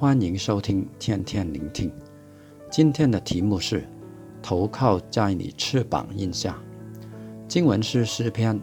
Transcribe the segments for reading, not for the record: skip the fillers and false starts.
欢迎收听天天聆听。今天的题目是投靠在你翅膀荫下。经文是诗篇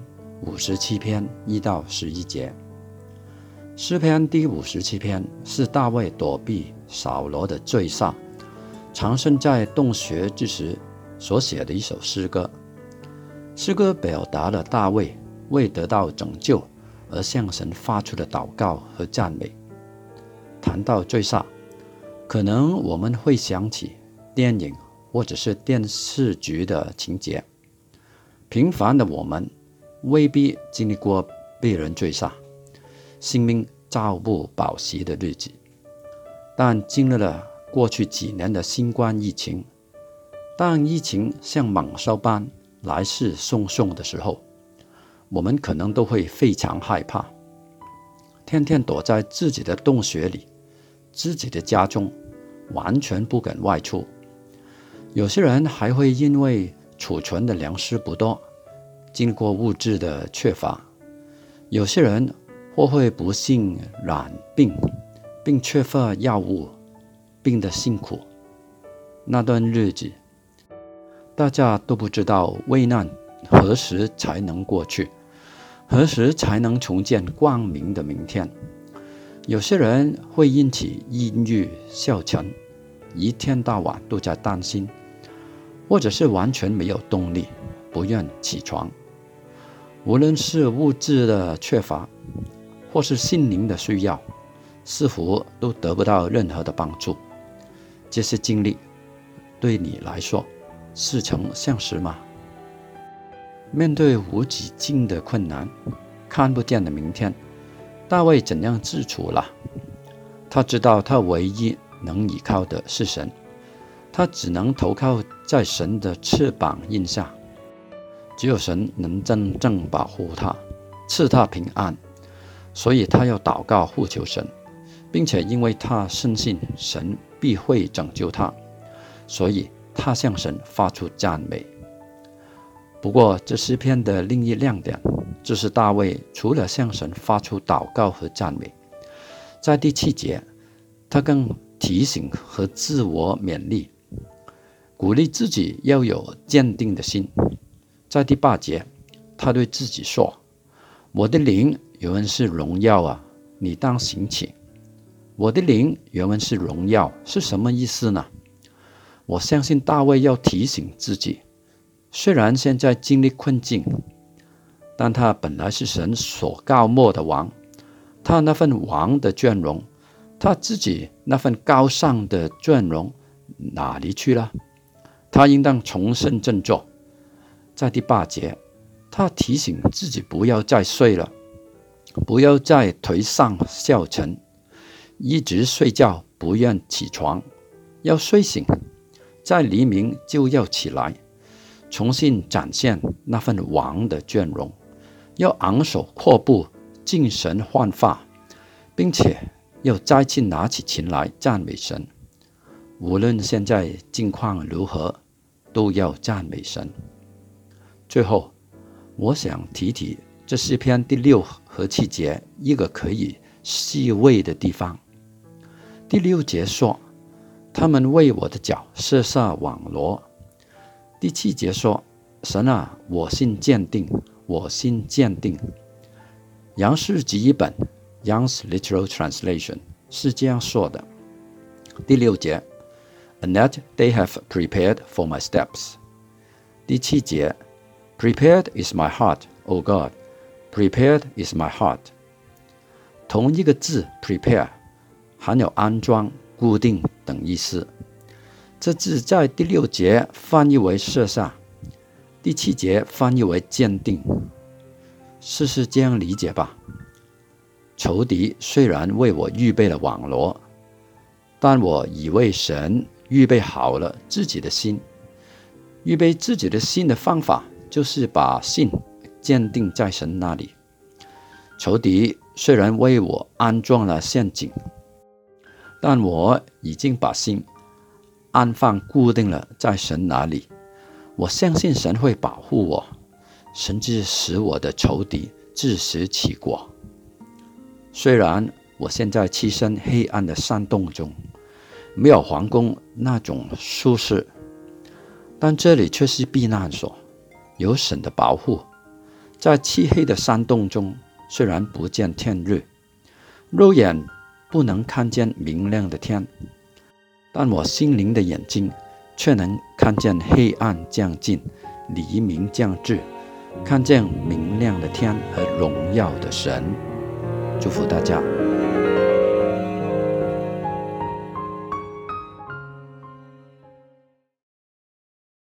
57篇1到11节。诗篇第57篇是大卫躲避扫罗的追杀，藏身在洞穴之时所写的一首诗歌。诗歌表达了大卫为得到拯救而向神发出的祷告和赞美。谈到追杀，可能我们会想起电影或者是电视剧的情节。平凡的我们未必经历过被人追杀，性命朝不保夕的日子，但经历了过去几年的新冠疫情，当疫情像猛兽般来势汹汹的时候，我们可能都会非常害怕，天天躲在自己的洞穴里，自己的家中，完全不敢外出。有些人还会因为储存的粮食不多，经过物质的缺乏。有些人或会不幸染病，并缺乏药物，病得辛苦。那段日子，大家都不知道危难何时才能过去，何时才能重见光明的明天。有些人会因此抑郁消沉，一天到晚都在担心，或者是完全没有动力，不愿起床。无论是物质的缺乏，或是心灵的需要，似乎都得不到任何的帮助。这些经历对你来说似曾相识吗？面对无止境的困难，看不见的明天，大卫怎样自处了？他知道他唯一能依靠的是神，他只能投靠在神的翅膀荫下。只有神能真正保护他，赐他平安，所以他要祷告呼求神，并且因为他深信神必会拯救他，所以他向神发出赞美。不过这诗篇的另一亮点就是大卫除了向神发出祷告和赞美，在第7节他更提醒和自我勉励，鼓励自己要有坚定的心。在第8节他对自己说，我的灵原文是荣耀啊，你当醒起。我的灵原文是荣耀，是什么意思呢？我相信大卫要提醒自己，虽然现在经历困境，但他本来是神所膏抹的王，他那份王的倦容，他自己那份高尚的倦容哪里去了？他应当重新振作。在第8节他提醒自己不要再睡了，不要再颓丧消沉，一直睡觉不愿起床，要睡醒，在黎明就要起来，重新展现那份王的倦容，要昂首阔步，精神焕发，并且要再次拿起琴来赞美神。无论现在境况如何，都要赞美神。最后，我想提提这诗篇第6和7节一个可以细味的地方。第6节说，他们为我的脚设下网罗。第7节说，神啊，我心坚定，我心坚定。杨氏集译本 Young's Literal Translation 是这样说的。第6节 A net they have prepared for my steps。 第7节 Prepared is my heart, O God, prepared is my heart。 同一个字 prepare 含有安装、固定等意思。这字在第6节翻译为设下，第7节翻译为坚定。试试这样理解吧。仇敌虽然为我预备了网罗，但我以为神预备好了自己的心。预备自己的心的方法就是把心坚定在神那里。仇敌虽然为我安装了陷阱，但我已经把心安放固定了在神那里。我相信神会保护我，甚至使我的仇敌自食其果。虽然我现在栖身黑暗的山洞中，没有皇宫那种舒适，但这里却是避难所，有神的保护。在漆黑的山洞中，虽然不见天日，肉眼不能看见明亮的天，但我心灵的眼睛却能看见黑暗将近，黎明将至，看见明亮的天和荣耀的神。祝福大家。